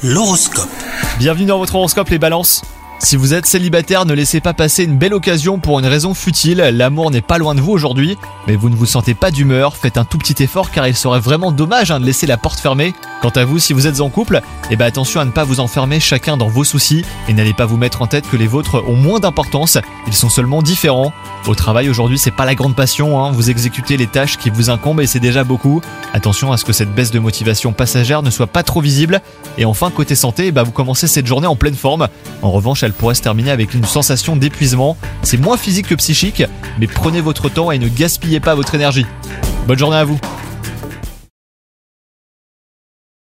L'horoscope. Bienvenue dans votre horoscope les balances. Si vous êtes célibataire, ne laissez pas passer une belle occasion pour une raison futile. L'amour n'est pas loin de vous aujourd'hui, mais vous ne vous sentez pas d'humeur. Faites un tout petit effort car il serait vraiment dommage de laisser la porte fermée. Quant à vous, si vous êtes en couple, attention à ne pas vous enfermer chacun dans vos soucis et n'allez pas vous mettre en tête que les vôtres ont moins d'importance. Ils sont seulement différents. Au travail aujourd'hui, c'est pas la grande passion, Vous exécutez les tâches qui vous incombent et c'est déjà beaucoup. Attention à ce que cette baisse de motivation passagère ne soit pas trop visible. Et enfin, côté santé, vous commencez cette journée en pleine forme. En revanche, elle pourrait se terminer avec une sensation d'épuisement. C'est moins physique que psychique, mais prenez votre temps et ne gaspillez pas votre énergie. Bonne journée à vous.